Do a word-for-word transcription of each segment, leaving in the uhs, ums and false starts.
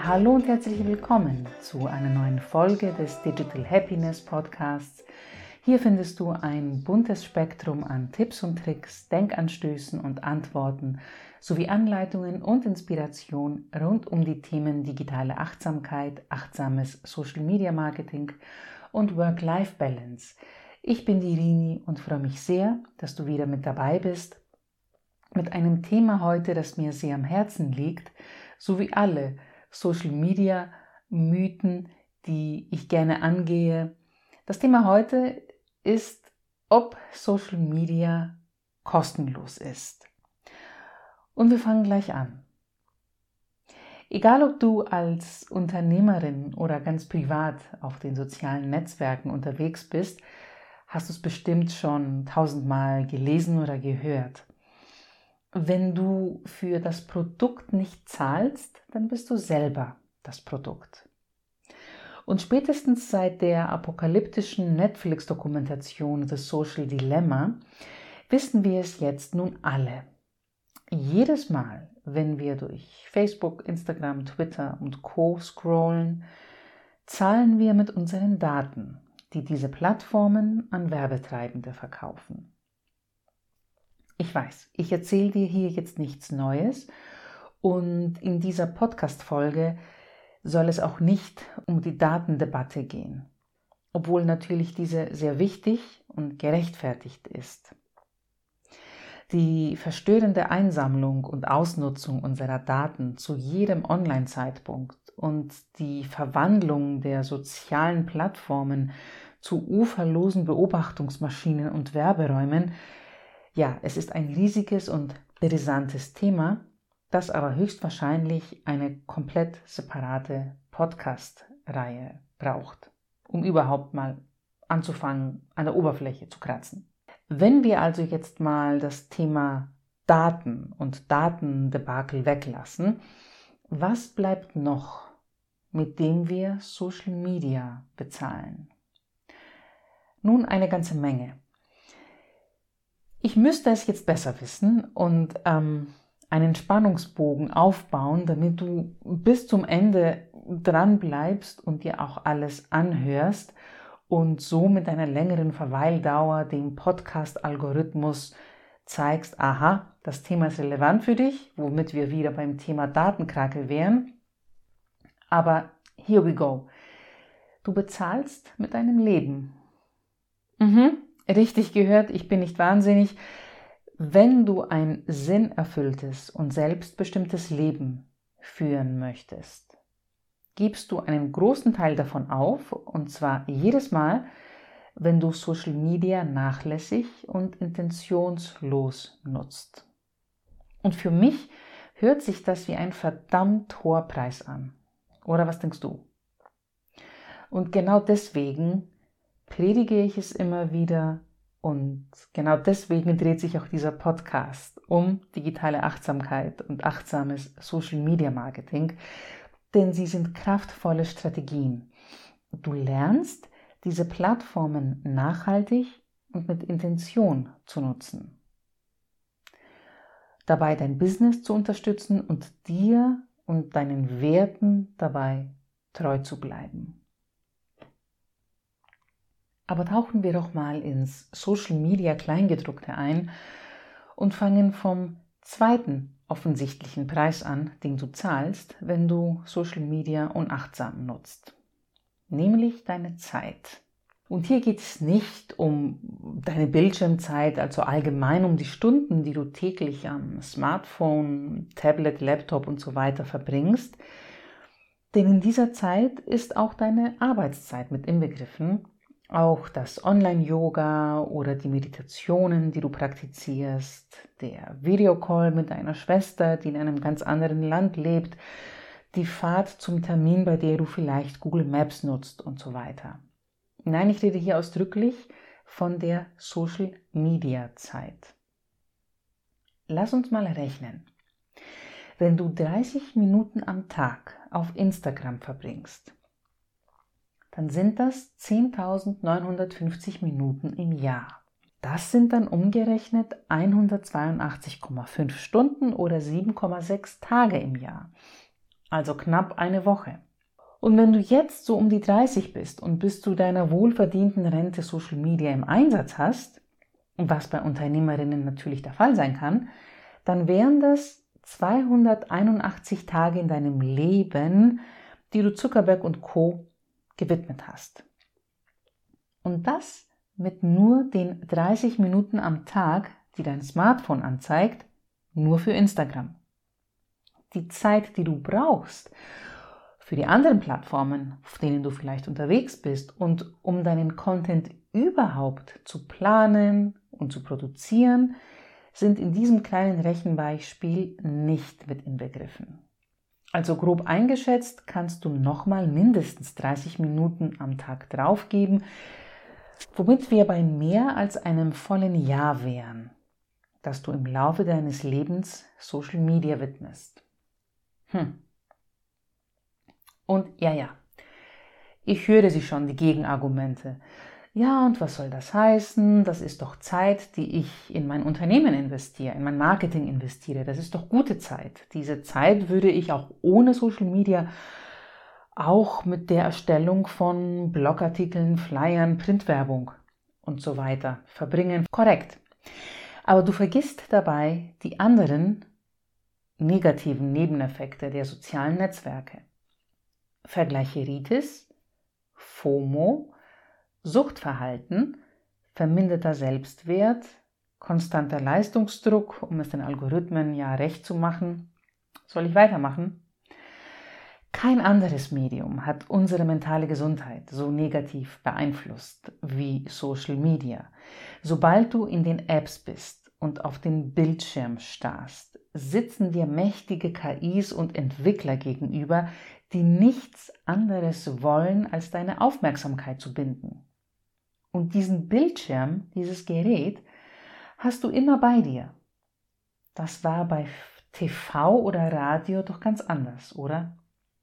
Hallo und herzlich willkommen zu einer neuen Folge des Digital Happiness Podcasts. Hier findest du ein buntes Spektrum an Tipps und Tricks, Denkanstößen und Antworten sowie Anleitungen und Inspiration rund um die Themen digitale Achtsamkeit, achtsames Social Media Marketing und Work-Life-Balance. Ich bin die Rini und freue mich sehr, dass du wieder mit dabei bist, mit einem Thema heute, das mir sehr am Herzen liegt, sowie alle Social Media Mythen, die ich gerne angehe. Das Thema heute ist, ob Social Media kostenlos ist. Und wir fangen gleich an. Egal, ob du als Unternehmerin oder ganz privat auf den sozialen Netzwerken unterwegs bist, hast du es bestimmt schon tausendmal gelesen oder gehört. Wenn du für das Produkt nicht zahlst, dann bist du selber das Produkt. Und spätestens seit der apokalyptischen Netflix-Dokumentation The Social Dilemma wissen wir es jetzt nun alle. Jedes Mal, wenn wir durch Facebook, Instagram, Twitter und Co. scrollen, zahlen wir mit unseren Daten, die diese Plattformen an Werbetreibende verkaufen. Ich weiß, ich erzähle dir hier jetzt nichts Neues und in dieser Podcast-Folge soll es auch nicht um die Datendebatte gehen, obwohl natürlich diese sehr wichtig und gerechtfertigt ist. Die verstörende Einsammlung und Ausnutzung unserer Daten zu jedem Online-Zeitpunkt und die Verwandlung der sozialen Plattformen zu uferlosen Beobachtungsmaschinen und Werberäumen, ja, es ist ein riesiges und brisantes Thema, das aber höchstwahrscheinlich eine komplett separate Podcast-Reihe braucht, um überhaupt mal anzufangen, an der Oberfläche zu kratzen. Wenn wir also jetzt mal das Thema Daten und Datendebakel weglassen, was bleibt noch, mit dem wir Social Media bezahlen? Nun, eine ganze Menge. Ich müsste es jetzt besser wissen und ähm, einen Spannungsbogen aufbauen, damit du bis zum Ende dran bleibst und dir auch alles anhörst und so mit einer längeren Verweildauer dem Podcast-Algorithmus zeigst, aha, das Thema ist relevant für dich, womit wir wieder beim Thema Datenkrake wären. Aber here we go. Du bezahlst mit deinem Leben. Mhm. Richtig gehört, ich bin nicht wahnsinnig. Wenn du ein sinnerfülltes und selbstbestimmtes Leben führen möchtest, gibst du einen großen Teil davon auf, und zwar jedes Mal, wenn du Social Media nachlässig und intentionslos nutzt. Und für mich hört sich das wie ein verdammt hoher Preis an. Oder was denkst du? Und genau deswegen predige ich es immer wieder und genau deswegen dreht sich auch dieser Podcast um digitale Achtsamkeit und achtsames Social Media Marketing, denn sie sind kraftvolle Strategien. Du lernst, diese Plattformen nachhaltig und mit Intention zu nutzen. Dabei dein Business zu unterstützen und dir und deinen Werten dabei treu zu bleiben. Aber tauchen wir doch mal ins Social Media Kleingedruckte ein und fangen vom zweiten offensichtlichen Preis an, den du zahlst, wenn du Social Media unachtsam nutzt, nämlich deine Zeit. Und hier geht es nicht um deine Bildschirmzeit, also allgemein um die Stunden, die du täglich am Smartphone, Tablet, Laptop und so weiter verbringst, denn in dieser Zeit ist auch deine Arbeitszeit mit inbegriffen. Auch das Online-Yoga oder die Meditationen, die du praktizierst, der Videocall mit deiner Schwester, die in einem ganz anderen Land lebt, die Fahrt zum Termin, bei der du vielleicht Google Maps nutzt und so weiter. Nein, ich rede hier ausdrücklich von der Social-Media-Zeit. Lass uns mal rechnen. Wenn du dreißig Minuten am Tag auf Instagram verbringst, dann sind das zehntausendneunhundertfünfzig Minuten im Jahr. Das sind dann umgerechnet hundertzweiundachtzig Komma fünf Stunden oder sieben Komma sechs Tage im Jahr. also knapp eine Woche. Und wenn du jetzt so um die dreißig bist und bis zu deiner wohlverdienten Rente Social Media im Einsatz hast, was bei Unternehmerinnen natürlich der Fall sein kann, dann wären das zweihunderteinundachtzig Tage in deinem Leben, die du Zuckerberg und Co. gewidmet hast. Und das mit nur den dreißig Minuten am Tag, die dein Smartphone anzeigt, nur für Instagram. Die Zeit, die du brauchst für die anderen Plattformen, auf denen du vielleicht unterwegs bist und um deinen Content überhaupt zu planen und zu produzieren, sind in diesem kleinen Rechenbeispiel nicht mit inbegriffen. Also grob eingeschätzt kannst du nochmal mindestens dreißig Minuten am Tag draufgeben, womit wir bei mehr als einem vollen Jahr wären, das du im Laufe deines Lebens Social Media widmest. Hm. Und ja, ja, ich höre sie schon, die Gegenargumente. Ja, und was soll das heißen? Das ist doch Zeit, die ich in mein Unternehmen investiere, in mein Marketing investiere. Das ist doch gute Zeit. Diese Zeit würde ich auch ohne Social Media, auch mit der Erstellung von Blogartikeln, Flyern, Printwerbung und so weiter verbringen. Korrekt. Aber du vergisst dabei die anderen negativen Nebeneffekte der sozialen Netzwerke. Vergleicheritis, FOMO, Suchtverhalten, verminderter Selbstwert, konstanter Leistungsdruck, um es den Algorithmen ja recht zu machen. Soll ich weitermachen? Kein anderes Medium hat unsere mentale Gesundheit so negativ beeinflusst wie Social Media. Sobald du in den Apps bist und auf den Bildschirm starrst, sitzen dir mächtige K Is und Entwickler gegenüber, die nichts anderes wollen, als deine Aufmerksamkeit zu binden. Und diesen Bildschirm, dieses Gerät, hast du immer bei dir. Das war bei T V oder Radio doch ganz anders, oder?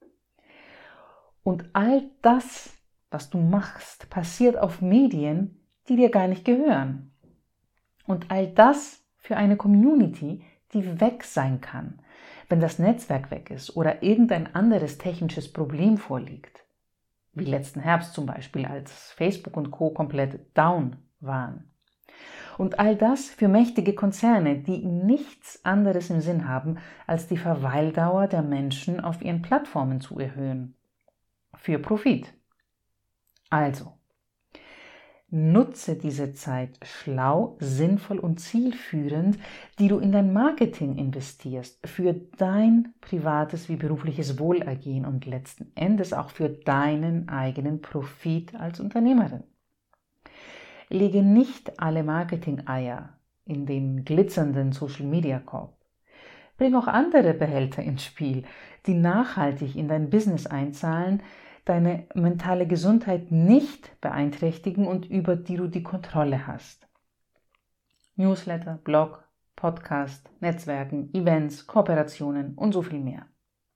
Und all das, was du machst, passiert auf Medien, die dir gar nicht gehören. Und all das für eine Community, die weg sein kann, wenn das Netzwerk weg ist oder irgendein anderes technisches Problem vorliegt. Wie letzten Herbst zum Beispiel, als Facebook und Co. komplett down waren. Und all das für mächtige Konzerne, die nichts anderes im Sinn haben, als die Verweildauer der Menschen auf ihren Plattformen zu erhöhen. Für Profit. Also, nutze diese Zeit schlau, sinnvoll und zielführend, die du in dein Marketing investierst, für dein privates wie berufliches Wohlergehen und letzten Endes auch für deinen eigenen Profit als Unternehmerin. Lege nicht alle Marketing-Eier in den glitzernden Social-Media-Korb. Bring auch andere Behälter ins Spiel, die nachhaltig in dein Business einzahlen, deine mentale Gesundheit nicht beeinträchtigen und über die du die Kontrolle hast. Newsletter, Blog, Podcast, Netzwerken, Events, Kooperationen und so viel mehr.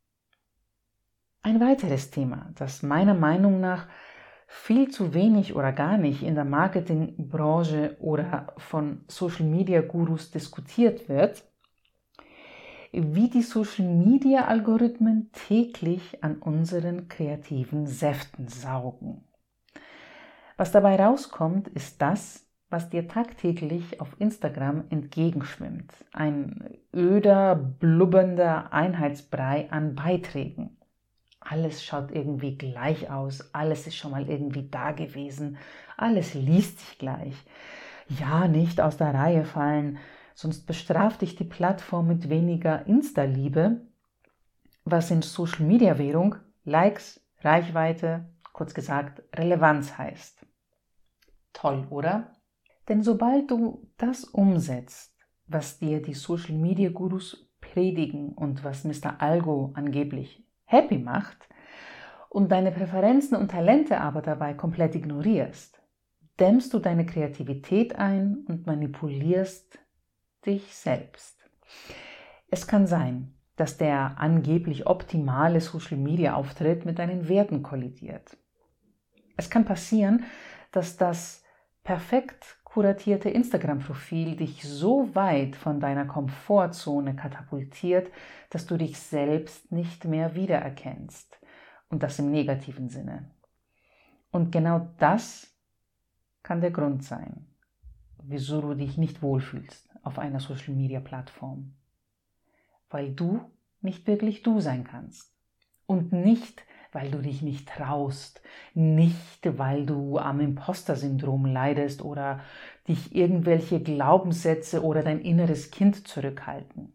Ein weiteres Thema, das meiner Meinung nach viel zu wenig oder gar nicht in der Marketingbranche oder von Social-Media-Gurus diskutiert wird, wie die Social-Media-Algorithmen täglich an unseren kreativen Säften saugen. Was dabei rauskommt, ist das, was dir tagtäglich auf Instagram entgegenschwimmt. Ein öder, blubbernder Einheitsbrei an Beiträgen. Alles schaut irgendwie gleich aus, alles ist schon mal irgendwie da gewesen, alles liest sich gleich. Ja, nicht aus der Reihe fallen, sonst bestraft dich die Plattform mit weniger Insta-Liebe, was in Social-Media-Währung Likes, Reichweite, kurz gesagt Relevanz heißt. Toll, oder? Denn sobald du das umsetzt, was dir die Social-Media-Gurus predigen und was Mister Algo angeblich happy macht und deine Präferenzen und Talente aber dabei komplett ignorierst, dämmst du deine Kreativität ein und manipulierst dich selbst. Es kann sein, dass der angeblich optimale Social-Media-Auftritt mit deinen Werten kollidiert. Es kann passieren, dass das perfekt kuratierte Instagram-Profil dich so weit von deiner Komfortzone katapultiert, dass du dich selbst nicht mehr wiedererkennst. Und das im negativen Sinne. Und genau das kann der Grund sein, wieso du dich nicht wohlfühlst auf einer Social-Media-Plattform. Weil du nicht wirklich du sein kannst. Und nicht, weil du dich nicht traust, nicht, weil du am Imposter-Syndrom leidest oder dich irgendwelche Glaubenssätze oder dein inneres Kind zurückhalten.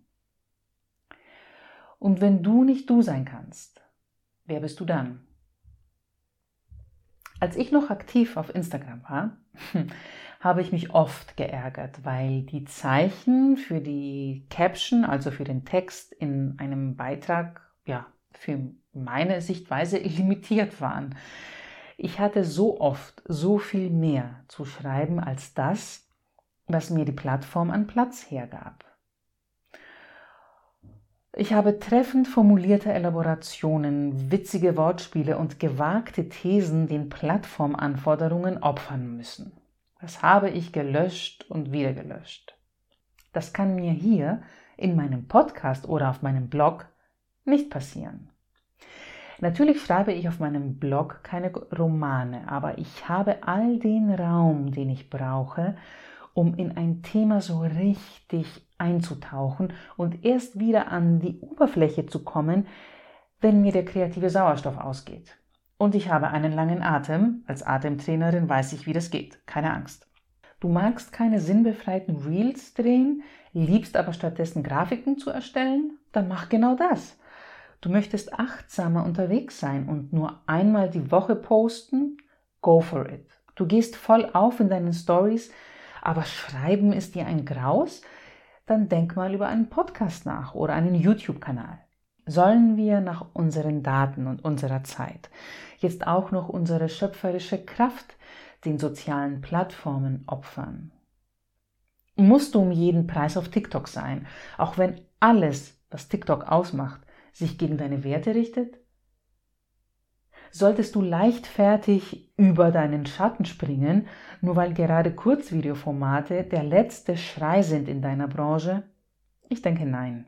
Und wenn du nicht du sein kannst, wer bist du dann? Als ich noch aktiv auf Instagram war, habe ich mich oft geärgert, weil die Zeichen für die Caption, also für den Text in einem Beitrag, ja, für meine Sichtweise limitiert waren. Ich hatte so oft so viel mehr zu schreiben als das, was mir die Plattform an Platz hergab. Ich habe treffend formulierte Elaborationen, witzige Wortspiele und gewagte Thesen den Plattformanforderungen opfern müssen. Das habe ich gelöscht und wieder gelöscht. Das kann mir hier in meinem Podcast oder auf meinem Blog nicht passieren. Natürlich schreibe ich auf meinem Blog keine Romane, aber ich habe all den Raum, den ich brauche, um in ein Thema so richtig einzutauchen und erst wieder an die Oberfläche zu kommen, wenn mir der kreative Sauerstoff ausgeht. Und ich habe einen langen Atem. Als Atemtrainerin weiß ich, wie das geht. Keine Angst. Du magst keine sinnbefreiten Reels drehen, liebst aber stattdessen Grafiken zu erstellen? Dann mach genau das. Du möchtest achtsamer unterwegs sein und nur einmal die Woche posten? Go for it. Du gehst voll auf in deinen Stories, aber Schreiben ist dir ein Graus? Dann denk mal über einen Podcast nach oder einen YouTube-Kanal. Sollen wir nach unseren Daten und unserer Zeit jetzt auch noch unsere schöpferische Kraft den sozialen Plattformen opfern? Musst du um jeden Preis auf TikTok sein, auch wenn alles, was TikTok ausmacht, sich gegen deine Werte richtet? Solltest du leichtfertig über deinen Schatten springen, nur weil gerade Kurzvideoformate der letzte Schrei sind in deiner Branche? Ich denke nein.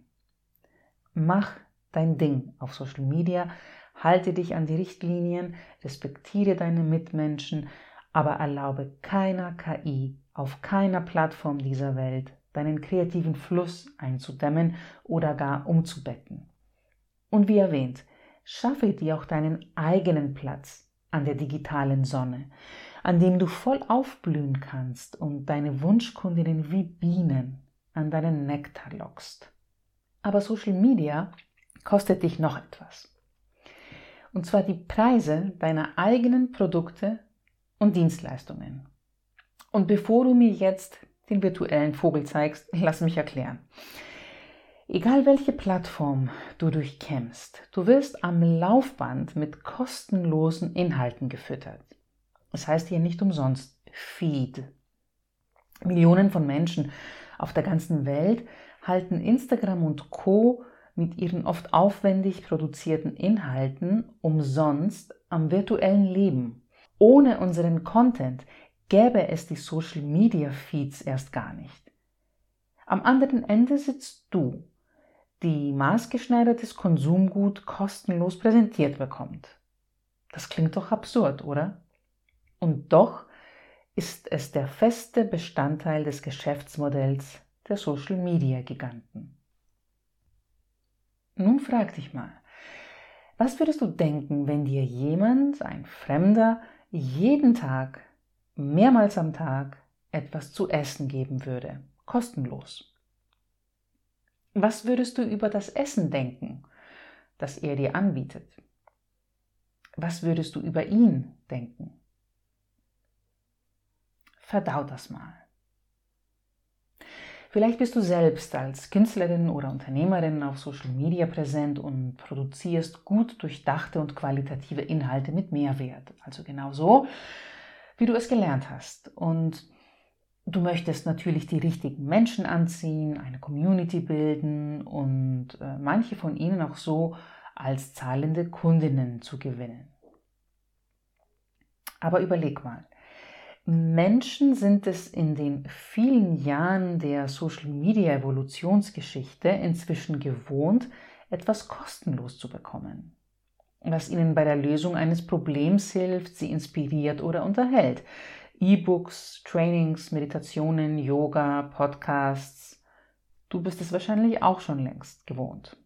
Mach dein Ding auf Social Media, halte dich an die Richtlinien, respektiere deine Mitmenschen, aber erlaube keiner K I auf keiner Plattform dieser Welt deinen kreativen Fluss einzudämmen oder gar umzubetten. Und wie erwähnt, schaffe dir auch deinen eigenen Platz an der digitalen Sonne, an dem du voll aufblühen kannst und deine Wunschkundinnen wie Bienen an deinen Nektar lockst. Aber Social Media kostet dich noch etwas. Und zwar die Preise deiner eigenen Produkte und Dienstleistungen. Und bevor du mir jetzt den virtuellen Vogel zeigst, lass mich erklären. Egal welche Plattform du durchkämmst, du wirst am Laufband mit kostenlosen Inhalten gefüttert. Das heißt hier nicht umsonst Feed. Millionen von Menschen auf der ganzen Welt halten Instagram und Co. mit ihren oft aufwendig produzierten Inhalten umsonst am virtuellen Leben. Ohne unseren Content gäbe es die Social Media Feeds erst gar nicht. Am anderen Ende sitzt du, die maßgeschneidertes Konsumgut kostenlos präsentiert bekommt. Das klingt doch absurd, oder? Und doch ist es der feste Bestandteil des Geschäftsmodells der Social-Media-Giganten. Nun frag dich mal, was würdest du denken, wenn dir jemand, ein Fremder, jeden Tag, mehrmals am Tag, etwas zu essen geben würde, kostenlos? Was würdest du über das Essen denken, das er dir anbietet? Was würdest du über ihn denken? Verdau das mal. Vielleicht bist du selbst als Künstlerin oder Unternehmerin auf Social Media präsent und produzierst gut durchdachte und qualitative Inhalte mit Mehrwert. Also genau so, wie du es gelernt hast. Und du möchtest natürlich die richtigen Menschen anziehen, eine Community bilden und äh, manche von ihnen auch so als zahlende Kundinnen zu gewinnen. Aber überleg mal, Menschen sind es in den vielen Jahren der Social-Media-Evolutionsgeschichte inzwischen gewohnt, etwas kostenlos zu bekommen, was ihnen bei der Lösung eines Problems hilft, sie inspiriert oder unterhält. E-Books, Trainings, Meditationen, Yoga, Podcasts. Du bist es wahrscheinlich auch schon längst gewohnt.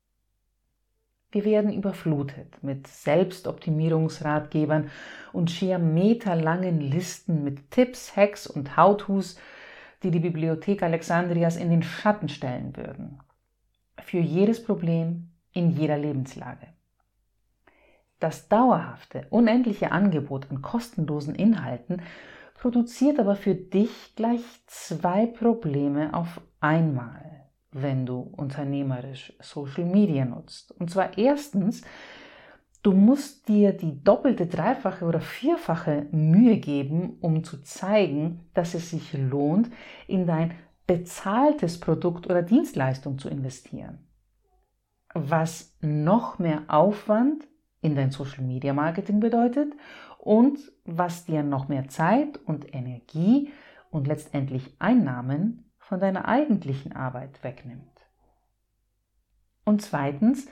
Wir werden überflutet mit Selbstoptimierungsratgebern und schier meterlangen Listen mit Tipps, Hacks und How-Tos, die die Bibliothek Alexandrias in den Schatten stellen würden. Für jedes Problem in jeder Lebenslage. Das dauerhafte, unendliche Angebot an kostenlosen Inhalten produziert aber für dich gleich zwei Probleme auf einmal, wenn du unternehmerisch Social Media nutzt. Und zwar erstens, du musst dir die doppelte, dreifache oder vierfache Mühe geben, um zu zeigen, dass es sich lohnt, in dein bezahltes Produkt oder Dienstleistung zu investieren. Was noch mehr Aufwand in dein Social Media Marketing bedeutet und was dir noch mehr Zeit und Energie und letztendlich Einnahmen von deiner eigentlichen Arbeit wegnimmt. Und zweitens,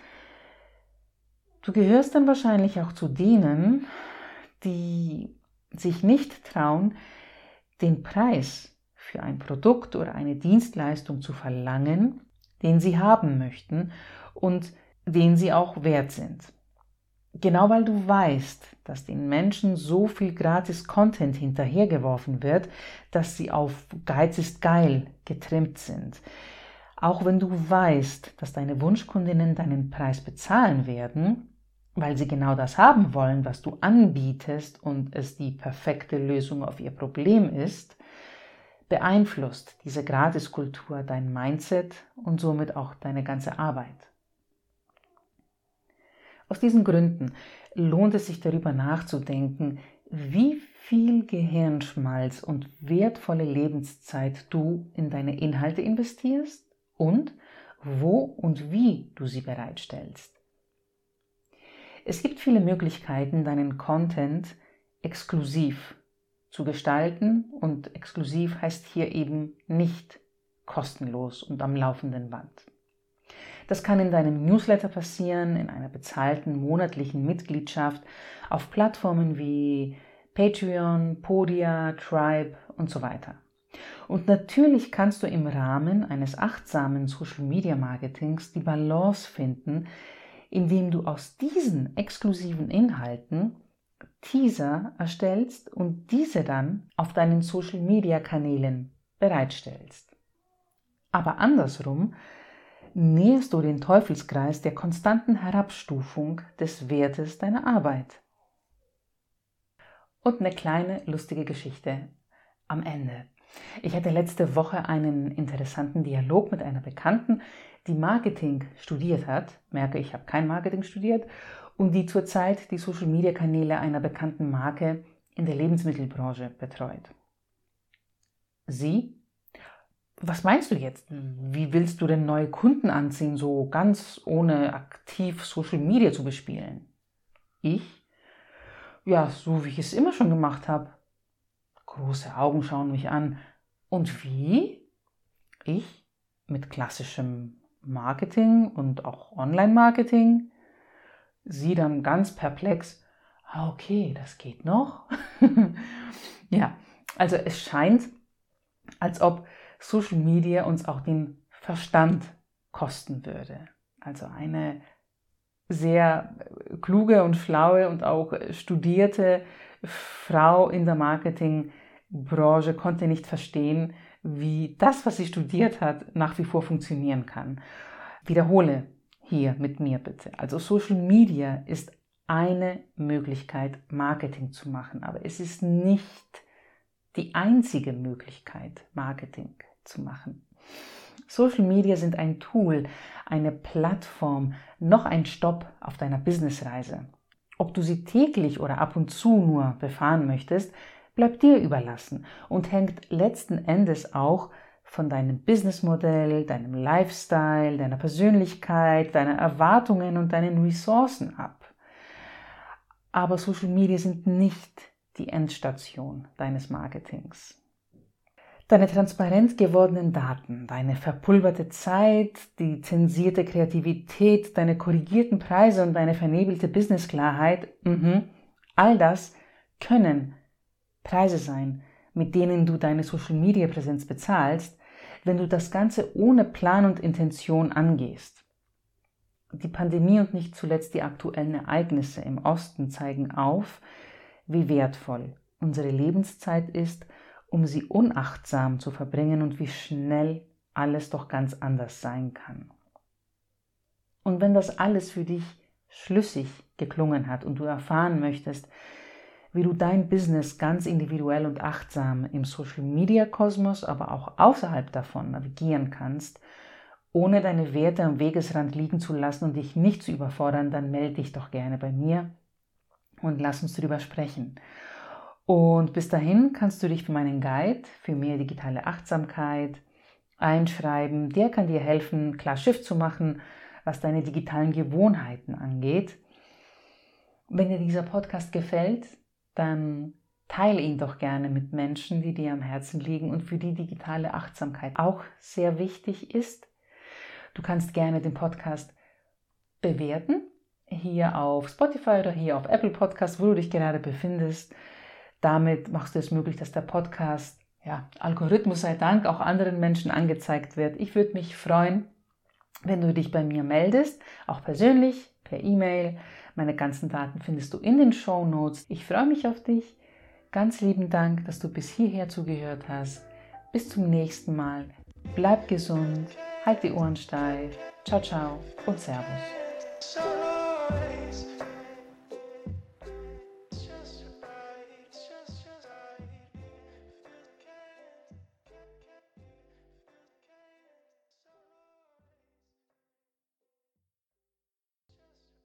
du gehörst dann wahrscheinlich auch zu denen, die sich nicht trauen, den Preis für ein Produkt oder eine Dienstleistung zu verlangen, den sie haben möchten und den sie auch wert sind. Genau weil du weißt, dass den Menschen so viel gratis Content hinterhergeworfen wird, dass sie auf Geiz ist geil getrimmt sind. Auch wenn du weißt, dass deine Wunschkundinnen deinen Preis bezahlen werden, weil sie genau das haben wollen, was du anbietest und es die perfekte Lösung auf ihr Problem ist, beeinflusst diese Gratiskultur dein Mindset und somit auch deine ganze Arbeit. Aus diesen Gründen lohnt es sich darüber nachzudenken, wie viel Gehirnschmalz und wertvolle Lebenszeit du in deine Inhalte investierst und wo und wie du sie bereitstellst. Es gibt viele Möglichkeiten, deinen Content exklusiv zu gestalten und exklusiv heißt hier eben nicht kostenlos und am laufenden Band. Das kann in deinem Newsletter passieren, in einer bezahlten monatlichen Mitgliedschaft auf Plattformen wie Patreon, Podia, Tribe und so weiter. Und natürlich kannst du im Rahmen eines achtsamen Social Media Marketings die Balance finden, indem du aus diesen exklusiven Inhalten Teaser erstellst und diese dann auf deinen Social Media Kanälen bereitstellst. Aber andersrum näherst du den Teufelskreis der konstanten Herabstufung des Wertes deiner Arbeit. Und eine kleine lustige Geschichte am Ende. Ich hatte letzte Woche einen interessanten Dialog mit einer Bekannten, die Marketing studiert hat. Merke, ich habe kein Marketing studiert und die zurzeit die Social-Media-Kanäle einer bekannten Marke in der Lebensmittelbranche betreut. Sie: Was meinst du jetzt? Wie willst du denn neue Kunden anziehen, so ganz ohne aktiv Social Media zu bespielen? Ich? Ja, so wie ich es immer schon gemacht habe. Große Augen schauen mich an. Und wie? Ich? Mit klassischem Marketing und auch Online-Marketing? Sie dann ganz perplex. Ah, okay, das geht noch. Ja, also es scheint, als ob Social Media uns auch den Verstand kosten würde. Also eine sehr kluge und schlaue und auch studierte Frau in der Marketingbranche konnte nicht verstehen, wie das, was sie studiert hat, nach wie vor funktionieren kann. Wiederhole hier mit mir bitte. Also Social Media ist eine Möglichkeit, Marketing zu machen, aber es ist nicht die einzige Möglichkeit, Marketing zu machen. Social Media sind ein Tool, eine Plattform, noch ein Stopp auf deiner Businessreise. Ob du sie täglich oder ab und zu nur befahren möchtest, bleibt dir überlassen und hängt letzten Endes auch von deinem Businessmodell, deinem Lifestyle, deiner Persönlichkeit, deiner Erwartungen und deinen Ressourcen ab. Aber Social Media sind nicht die Endstation deines Marketings. Deine transparent gewordenen Daten, deine verpulverte Zeit, die zensierte Kreativität, deine korrigierten Preise und deine vernebelte Businessklarheit, mhm, all das können Preise sein, mit denen du deine Social-Media-Präsenz bezahlst, wenn du das Ganze ohne Plan und Intention angehst. Die Pandemie und nicht zuletzt die aktuellen Ereignisse im Osten zeigen auf, wie wertvoll unsere Lebenszeit ist, um sie unachtsam zu verbringen und wie schnell alles doch ganz anders sein kann. Und wenn das alles für dich schlüssig geklungen hat und du erfahren möchtest, wie du dein Business ganz individuell und achtsam im Social-Media-Kosmos, aber auch außerhalb davon navigieren kannst, ohne deine Werte am Wegesrand liegen zu lassen und dich nicht zu überfordern, dann melde dich doch gerne bei mir und lass uns darüber sprechen. Und bis dahin kannst du dich für meinen Guide für mehr digitale Achtsamkeit einschreiben. Der kann dir helfen, klar Schiff zu machen, was deine digitalen Gewohnheiten angeht. Wenn dir dieser Podcast gefällt, dann teile ihn doch gerne mit Menschen, die dir am Herzen liegen und für die digitale Achtsamkeit auch sehr wichtig ist. Du kannst gerne den Podcast bewerten, hier auf Spotify oder hier auf Apple Podcast, wo du dich gerade befindest. Damit machst du es möglich, dass der Podcast, ja, Algorithmus sei Dank, auch anderen Menschen angezeigt wird. Ich würde mich freuen, wenn du dich bei mir meldest, auch persönlich, per E-Mail. Meine ganzen Daten findest du in den Shownotes. Ich freue mich auf dich. Ganz lieben Dank, dass du bis hierher zugehört hast. Bis zum nächsten Mal. Bleib gesund, halt die Ohren steif. Ciao, ciao und Servus.